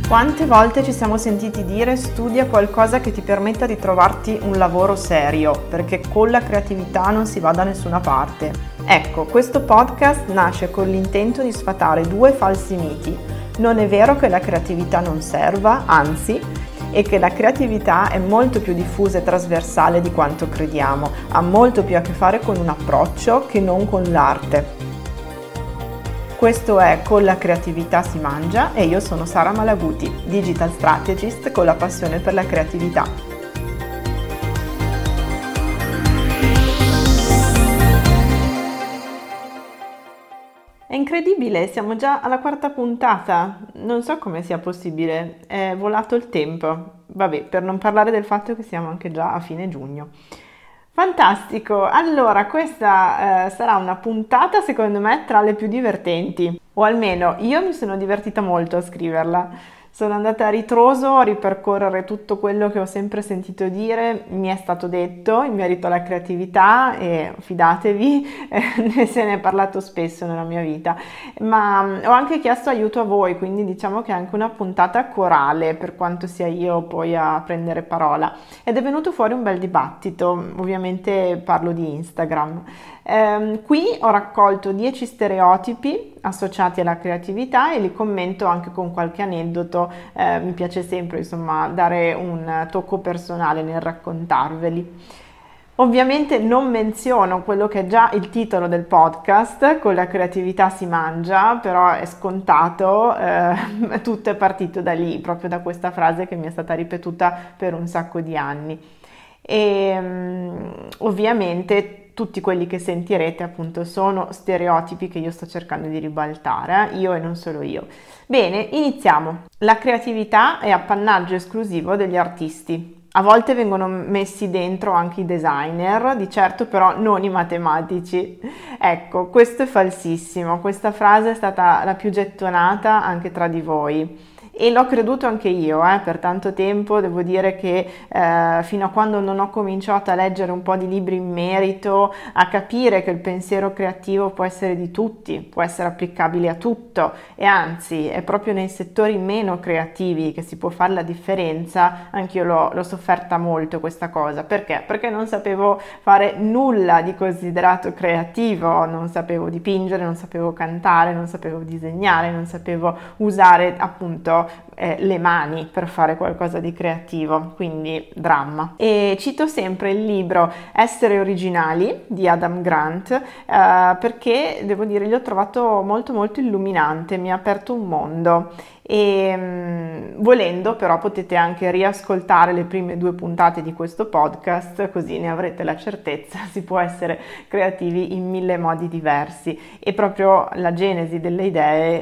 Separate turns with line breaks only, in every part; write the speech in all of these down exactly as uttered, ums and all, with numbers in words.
Quante volte ci siamo sentiti dire studia qualcosa che ti permetta di trovarti un lavoro serio, perché con la creatività non si va da nessuna parte. Ecco, questo podcast nasce con l'intento di sfatare due falsi miti. Non è vero che la creatività non serva, anzi, e che la creatività è molto più diffusa e trasversale di quanto crediamo, ha molto più a che fare con un approccio che non con l'arte. Questo è Con la creatività si mangia e io sono Sara Malaguti, digital strategist con la passione per la creatività. È incredibile, siamo già alla quarta puntata, non so come sia possibile, è volato il tempo. Vabbè, per non parlare del fatto che siamo anche già a fine giugno. Fantastico, allora questa eh, sarà una puntata secondo me tra le più divertenti, o almeno io mi sono divertita molto a scriverla. Sono andata a ritroso a ripercorrere tutto quello che ho sempre sentito dire, mi è stato detto in merito alla creatività e fidatevi, eh, se ne è parlato spesso nella mia vita, ma ho anche chiesto aiuto a voi, quindi diciamo che è anche una puntata corale per quanto sia io poi a prendere parola ed è venuto fuori un bel dibattito, ovviamente parlo di Instagram. Eh, qui ho raccolto dieci stereotipi associati alla creatività e li commento anche con qualche aneddoto, eh, mi piace sempre insomma dare un tocco personale nel raccontarveli. Ovviamente non menziono quello che è già il titolo del podcast, Con la creatività si mangia, però è scontato, eh, tutto è partito da lì, proprio da questa frase che mi è stata ripetuta per un sacco di anni. E um, ovviamente tutti quelli che sentirete appunto sono stereotipi che io sto cercando di ribaltare, eh? Io e non solo io. Bene, iniziamo. La creatività è appannaggio esclusivo degli artisti. A volte vengono messi dentro anche i designer, di certo però non i matematici. Ecco, questo è falsissimo, questa frase è stata la più gettonata anche tra di voi. E l'ho creduto anche io, eh, per tanto tempo, devo dire che eh, fino a quando non ho cominciato a leggere un po' di libri in merito, a capire che il pensiero creativo può essere di tutti, può essere applicabile a tutto e anzi è proprio nei settori meno creativi che si può fare la differenza, anch'io l'ho, l'ho sofferta molto questa cosa. Perché? Perché non sapevo fare nulla di considerato creativo, non sapevo dipingere, non sapevo cantare, non sapevo disegnare, non sapevo usare appunto Eh, le mani per fare qualcosa di creativo, quindi dramma. E cito sempre il libro Essere originali di Adam Grant eh, perché devo dire l'ho trovato molto molto illuminante, mi ha aperto un mondo e mh, volendo però potete anche riascoltare le prime due puntate di questo podcast, così ne avrete la certezza, si può essere creativi in mille modi diversi e proprio la genesi delle idee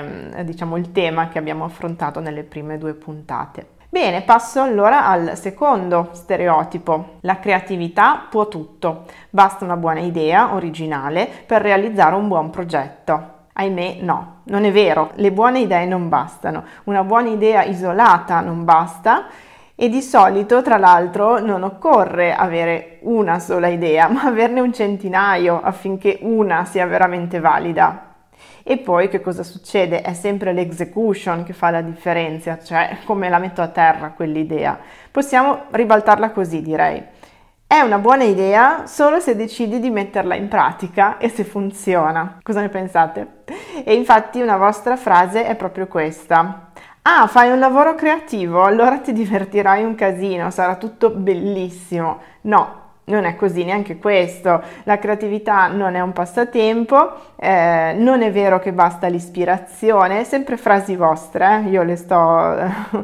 è diciamo il tema che abbiamo affrontato nelle prime due puntate. Bene, passo allora al secondo stereotipo. La creatività può tutto, basta una buona idea originale per realizzare un buon progetto. Ahimè no, non è vero, le buone idee non bastano, una buona idea isolata non basta e di solito tra l'altro non occorre avere una sola idea, ma averne un centinaio affinché una sia veramente valida. E poi che cosa succede? È sempre l'execution che fa la differenza, cioè come la metto a terra quell'idea. Possiamo ribaltarla così, direi. È una buona idea solo se decidi di metterla in pratica e se funziona. Cosa ne pensate? E infatti una vostra frase è proprio questa. Ah, fai un lavoro creativo, allora ti divertirai un casino, sarà tutto bellissimo. No. Non è così, neanche questo. La creatività non è un passatempo, eh, non è vero che basta l'ispirazione, sempre frasi vostre, eh? Io le sto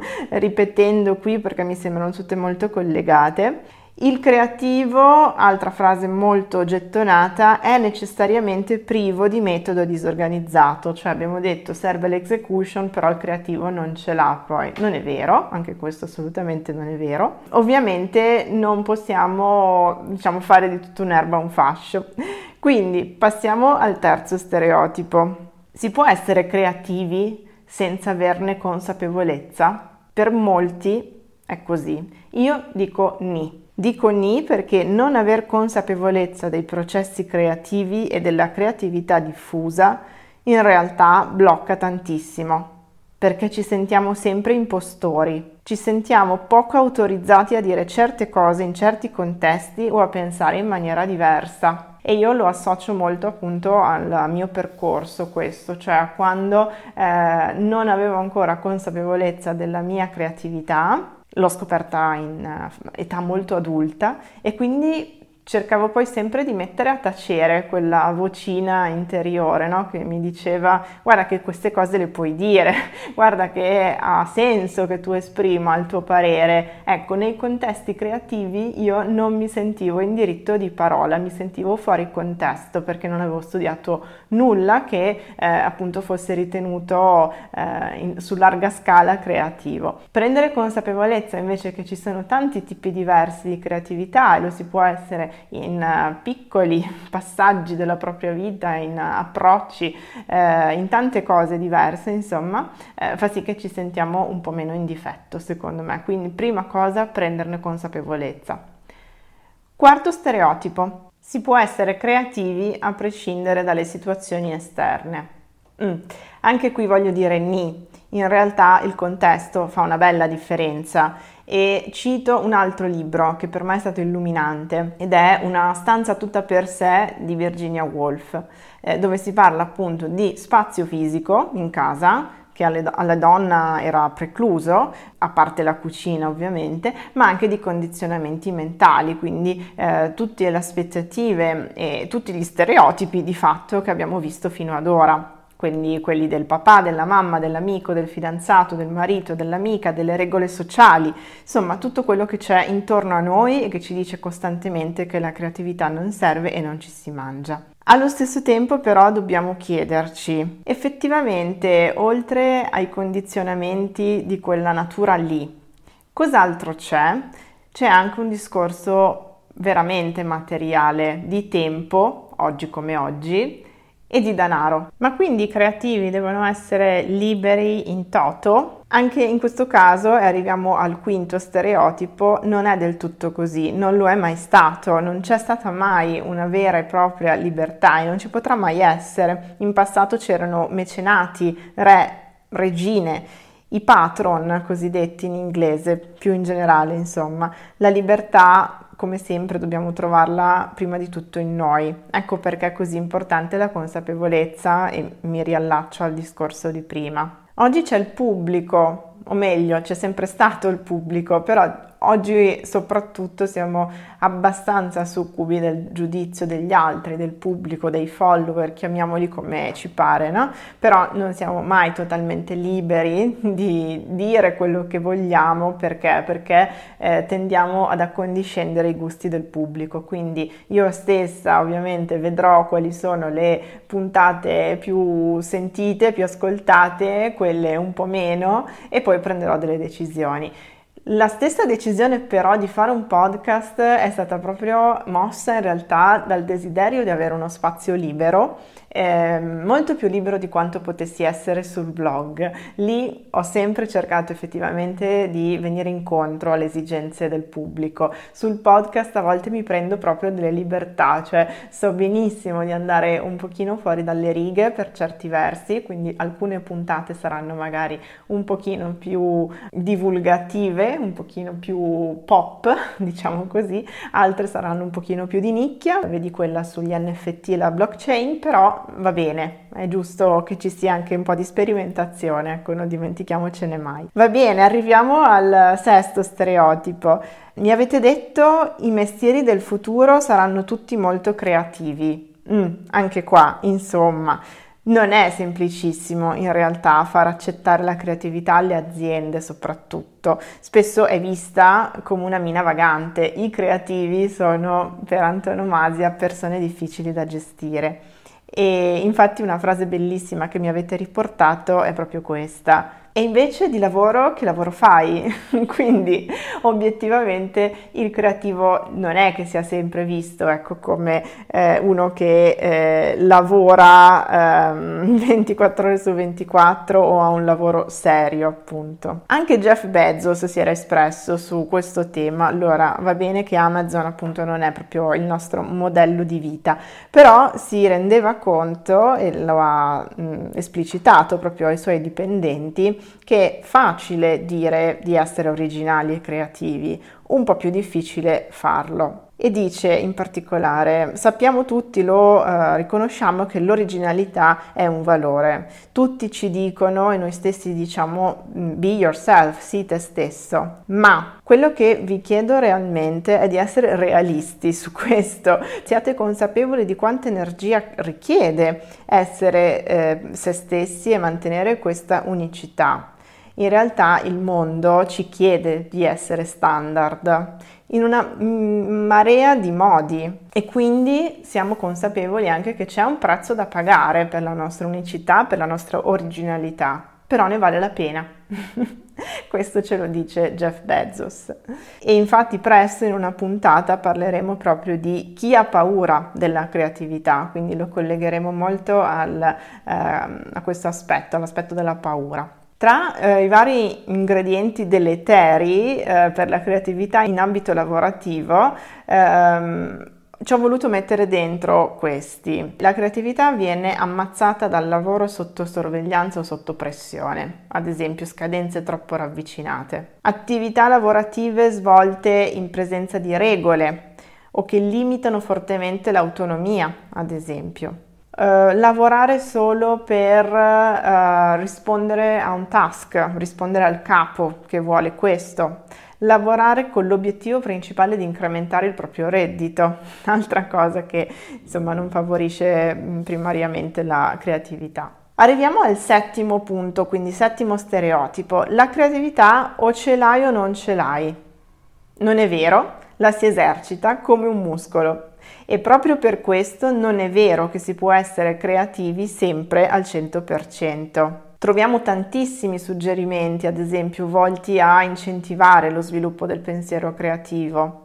ripetendo qui perché mi sembrano tutte molto collegate. Il creativo, altra frase molto gettonata, è necessariamente privo di metodo disorganizzato, cioè abbiamo detto serve l'execution, però il creativo non ce l'ha poi. Non è vero, anche questo assolutamente non è vero. Ovviamente non possiamo, diciamo, fare di tutta un'erba un fascio. Quindi passiamo al terzo stereotipo. Si può essere creativi senza averne consapevolezza? Per molti è così. Io dico ni. Dico ni perché non aver consapevolezza dei processi creativi e della creatività diffusa in realtà blocca tantissimo. perché ci sentiamo sempre impostori, ci sentiamo poco autorizzati a dire certe cose in certi contesti o a pensare in maniera diversa. E io lo associo molto appunto al mio percorso questo, cioè quando eh, non avevo ancora consapevolezza della mia creatività, l'ho scoperta in uh, età molto adulta e quindi cercavo poi sempre di mettere a tacere quella vocina interiore, no? Che mi diceva guarda che queste cose le puoi dire, guarda che ha senso che tu esprima il tuo parere. Ecco, nei contesti creativi io non mi sentivo in diritto di parola, mi sentivo fuori contesto perché non avevo studiato nulla che eh, appunto fosse ritenuto eh, in, su larga scala creativo. Prendere consapevolezza invece che ci sono tanti tipi diversi di creatività e lo si può essere in piccoli passaggi della propria vita, in approcci, eh, in tante cose diverse, insomma, eh, fa sì che ci sentiamo un po' meno in difetto, secondo me. Quindi, prima cosa, prenderne consapevolezza. Quarto stereotipo: si può essere creativi a prescindere dalle situazioni esterne. Mm. Anche qui voglio dire ni. In realtà il contesto fa una bella differenza e cito un altro libro che per me è stato illuminante ed è Una stanza tutta per sé di Virginia Woolf, eh, dove si parla appunto di spazio fisico in casa che alle, alla donna era precluso, a parte la cucina ovviamente, ma anche di condizionamenti mentali, quindi eh, tutte le aspettative e tutti gli stereotipi di fatto che abbiamo visto fino ad ora. Quindi quelli del papà, della mamma, dell'amico, del fidanzato, del marito, dell'amica, delle regole sociali, insomma tutto quello che c'è intorno a noi e che ci dice costantemente che la creatività non serve e non ci si mangia. Allo stesso tempo però dobbiamo chiederci, effettivamente oltre ai condizionamenti di quella natura lì, cos'altro c'è? C'è anche un discorso veramente materiale, di tempo, oggi come oggi, e di denaro. Ma quindi i creativi devono essere liberi in toto? Anche in questo caso, e arriviamo al quinto stereotipo, non è del tutto così, non lo è mai stato, non c'è stata mai una vera e propria libertà e non ci potrà mai essere. In passato c'erano mecenati, re, regine, i patron cosiddetti in inglese, più in generale insomma. La libertà, come sempre, dobbiamo trovarla prima di tutto in noi. Ecco perché è così importante la consapevolezza e mi riallaccio al discorso di prima. Oggi c'è il pubblico, o meglio, c'è sempre stato il pubblico, però oggi soprattutto siamo abbastanza succubi del giudizio degli altri, del pubblico, dei follower, chiamiamoli come ci pare, no? Però non siamo mai totalmente liberi di dire quello che vogliamo, perché? Perché eh, tendiamo ad accondiscendere i gusti del pubblico, quindi io stessa ovviamente vedrò quali sono le puntate più sentite, più ascoltate, quelle un po' meno, e poi prenderò delle decisioni. La stessa decisione però di fare un podcast è stata proprio mossa in realtà dal desiderio di avere uno spazio libero, eh, molto più libero di quanto potessi essere sul blog. Lì ho sempre cercato effettivamente di venire incontro alle esigenze del pubblico. Sul podcast a volte mi prendo proprio delle libertà, cioè so benissimo di andare un pochino fuori dalle righe per certi versi, quindi alcune puntate saranno magari un pochino più divulgative, un pochino più pop, diciamo così, altre saranno un pochino più di nicchia, vedi quella sugli N F T e la blockchain, però va bene, è giusto che ci sia anche un po' di sperimentazione, ecco, non dimentichiamocene mai. Va bene, arriviamo al sesto stereotipo. Mi avete detto i mestieri del futuro saranno tutti molto creativi. Mm, anche qua, insomma, non è semplicissimo in realtà far accettare la creatività alle aziende soprattutto. Spesso è vista come una mina vagante. I creativi sono per antonomasia persone difficili da gestire. E infatti una frase bellissima che mi avete riportato è proprio questa. E invece di lavoro, che lavoro fai? Quindi obiettivamente il creativo non è che sia sempre visto, ecco, come eh, uno che eh, lavora ehm, ventiquattro ore su ventiquattro o ha un lavoro serio, appunto. Anche Jeff Bezos si era espresso su questo tema. Allora, va bene che Amazon appunto non è proprio il nostro modello di vita, però si rendeva conto e lo ha mh, esplicitato proprio ai suoi dipendenti che è facile dire di essere originali e creativi, un po' più difficile farlo. E dice in particolare: sappiamo tutti, lo eh, riconosciamo che l'originalità è un valore. Tutti ci dicono e noi stessi diciamo be yourself, sii te stesso. Ma quello che vi chiedo realmente è di essere realisti su questo. Siate consapevoli di quanta energia richiede essere eh, se stessi e mantenere questa unicità. In realtà il mondo ci chiede di essere standard in una marea di modi e quindi siamo consapevoli anche che c'è un prezzo da pagare per la nostra unicità, per la nostra originalità, però ne vale la pena. Questo ce lo dice Jeff Bezos. E infatti presto in una puntata parleremo proprio di chi ha paura della creatività, quindi lo collegheremo molto al, eh, a questo aspetto, all'aspetto della paura. Tra eh, i vari ingredienti deleteri eh, per la creatività in ambito lavorativo, ehm, ci ho voluto mettere dentro questi. La creatività viene ammazzata dal lavoro sotto sorveglianza o sotto pressione, ad esempio scadenze troppo ravvicinate. Attività lavorative svolte in presenza di regole o che limitano fortemente l'autonomia, ad esempio. Uh, lavorare solo per uh, rispondere a un task, rispondere al capo che vuole questo, lavorare con l'obiettivo principale di incrementare il proprio reddito, altra cosa che insomma non favorisce mh, primariamente la creatività. Arriviamo al settimo punto, quindi settimo stereotipo: la creatività o ce l'hai o non ce l'hai. Non è vero, la si esercita come un muscolo. E proprio per questo non è vero che si può essere creativi sempre al cento per cento. Troviamo tantissimi suggerimenti, ad esempio, volti a incentivare lo sviluppo del pensiero creativo.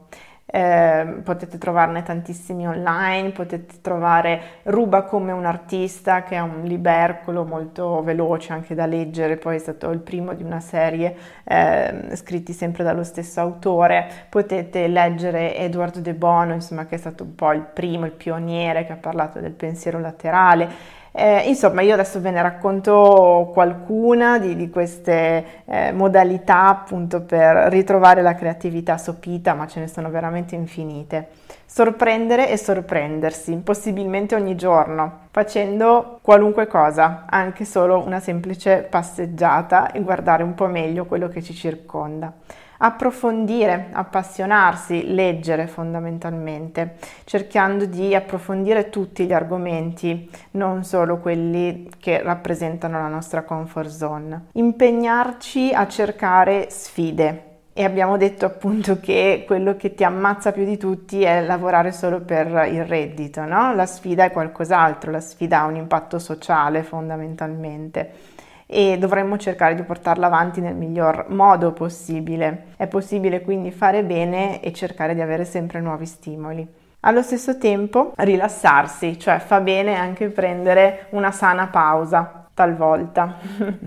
Eh, potete trovarne tantissimi online, potete trovare Ruba come un artista, che è un libercolo molto veloce anche da leggere, poi è stato il primo di una serie eh, scritti sempre dallo stesso autore. Potete leggere Edward de Bono, insomma, che è stato un po' il primo, il pioniere, che ha parlato del pensiero laterale. Eh, insomma, io adesso ve ne racconto qualcuna di, di queste eh, modalità appunto per ritrovare la creatività sopita, ma ce ne sono veramente infinite. Sorprendere e sorprendersi, possibilmente ogni giorno, facendo qualunque cosa, anche solo una semplice passeggiata e guardare un po' meglio quello che ci circonda. Approfondire, appassionarsi, leggere fondamentalmente, cercando di approfondire tutti gli argomenti, non solo quelli che rappresentano la nostra comfort zone. Impegnarci a cercare sfide. E abbiamo detto appunto che quello che ti ammazza più di tutti è lavorare solo per il reddito, no? La sfida è qualcos'altro, la sfida ha un impatto sociale fondamentalmente. E dovremmo cercare di portarla avanti nel miglior modo possibile. È possibile quindi fare bene e cercare di avere sempre nuovi stimoli. Allo stesso tempo rilassarsi, cioè fa bene anche prendere una sana pausa talvolta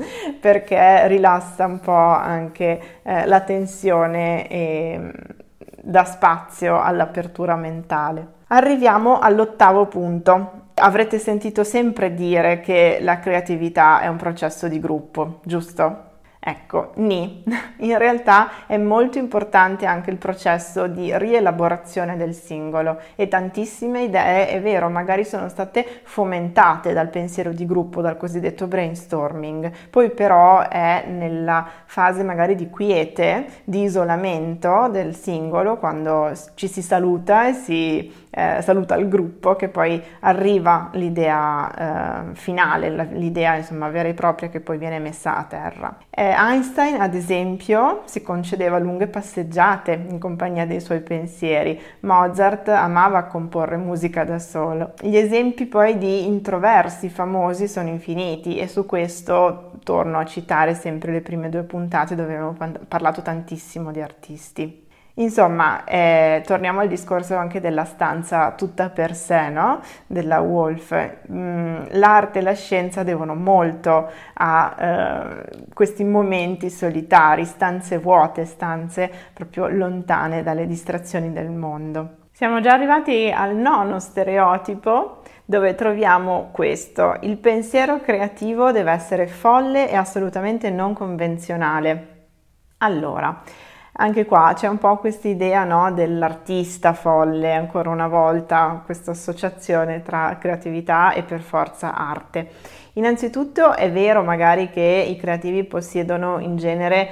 perché rilassa un po' anche eh, la tensione e dà spazio all'apertura mentale. Arriviamo all'ottavo punto. Avrete sentito sempre dire che la creatività è un processo di gruppo, giusto? Ecco, ni. In realtà è molto importante anche il processo di rielaborazione del singolo e tantissime idee, è vero, magari sono state fomentate dal pensiero di gruppo, dal cosiddetto brainstorming, poi però è nella fase magari di quiete, di isolamento del singolo, quando ci si saluta e si eh, saluta il gruppo, che poi arriva l'idea eh, finale, l'idea insomma vera e propria che poi viene messa a terra. Eh, Einstein, ad esempio, si concedeva lunghe passeggiate in compagnia dei suoi pensieri. Mozart amava comporre musica da solo. Gli esempi poi di introversi famosi sono infiniti e su questo torno a citare sempre le prime due puntate dove abbiamo parlato tantissimo di artisti. Insomma, eh, torniamo al discorso anche della stanza tutta per sé, no? Della Woolf. Mm, l'arte e la scienza devono molto a eh, questi momenti solitari, stanze vuote, stanze proprio lontane dalle distrazioni del mondo. Siamo già arrivati al nono stereotipo, dove troviamo questo: il pensiero creativo deve essere folle e assolutamente non convenzionale. Allora, anche qua c'è un po' questa idea, no, dell'artista folle, ancora una volta questa associazione tra creatività e per forza arte. Innanzitutto è vero magari che i creativi possiedono in genere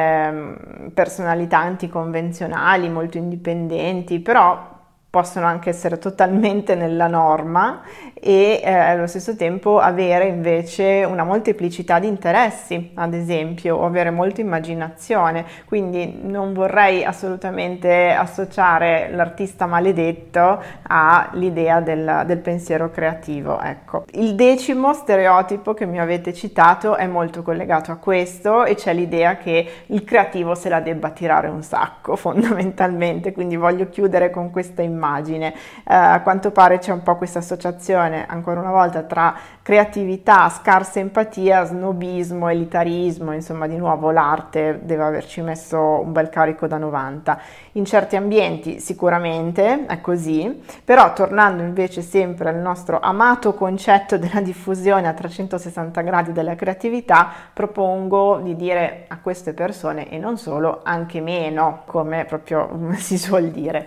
ehm, personalità anticonvenzionali, molto indipendenti, però possono anche essere totalmente nella norma e eh, allo stesso tempo avere invece una molteplicità di interessi, ad esempio, o avere molta immaginazione. Quindi non vorrei assolutamente associare l'artista maledetto all'idea del, del pensiero creativo. Ecco. Il decimo stereotipo che mi avete citato è molto collegato a questo, e c'è l'idea che il creativo se la debba tirare un sacco, fondamentalmente. Quindi voglio chiudere con questa immagine. Immagine. Eh, a quanto pare c'è un po' questa associazione, ancora una volta, tra creatività, scarsa empatia, snobismo, elitarismo. Insomma, di nuovo l'arte deve averci messo un bel carico da novanta. In certi ambienti sicuramente è così, però tornando invece sempre al nostro amato concetto della diffusione a trecentosessanta gradi della creatività, propongo di dire a queste persone, e non solo, anche meno, come proprio si suol dire.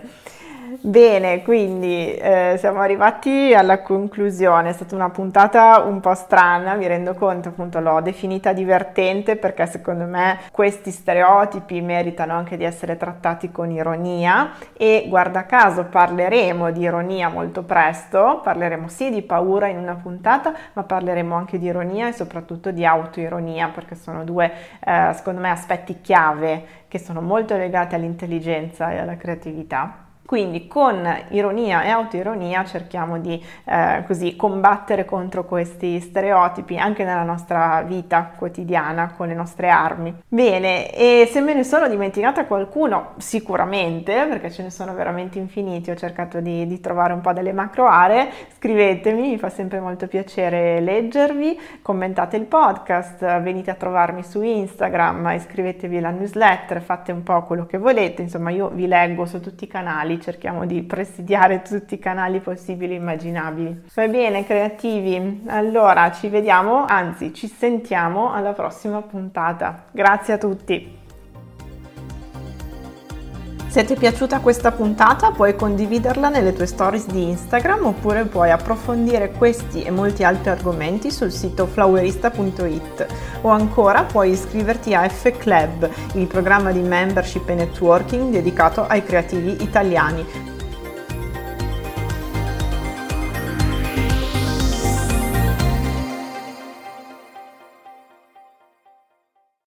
Bene, quindi eh, siamo arrivati alla conclusione. È stata una puntata un po' strana, mi rendo conto, appunto l'ho definita divertente perché secondo me questi stereotipi meritano anche di essere trattati con ironia, e guarda caso parleremo di ironia molto presto. Parleremo sì di paura in una puntata, ma parleremo anche di ironia e soprattutto di autoironia, perché sono due eh, secondo me aspetti chiave che sono molto legati all'intelligenza e alla creatività. Quindi con ironia e autoironia cerchiamo di eh, così combattere contro questi stereotipi anche nella nostra vita quotidiana con le nostre armi. Bene, e se me ne sono dimenticata qualcuno, sicuramente, perché ce ne sono veramente infiniti, ho cercato di, di trovare un po' delle macro aree, scrivetemi, mi fa sempre molto piacere leggervi, commentate il podcast, venite a trovarmi su Instagram, iscrivetevi alla newsletter, fate un po' quello che volete, insomma io vi leggo su tutti i canali. Cerchiamo di presidiare tutti i canali possibili e immaginabili. Va bene, creativi, allora ci vediamo, anzi ci sentiamo alla prossima puntata. Grazie a tutti. Se ti è piaciuta questa puntata puoi condividerla nelle tue stories di Instagram, oppure puoi approfondire questi e molti altri argomenti sul sito flowerista punto it, o ancora puoi iscriverti a F Club, il programma di membership e networking dedicato ai creativi italiani.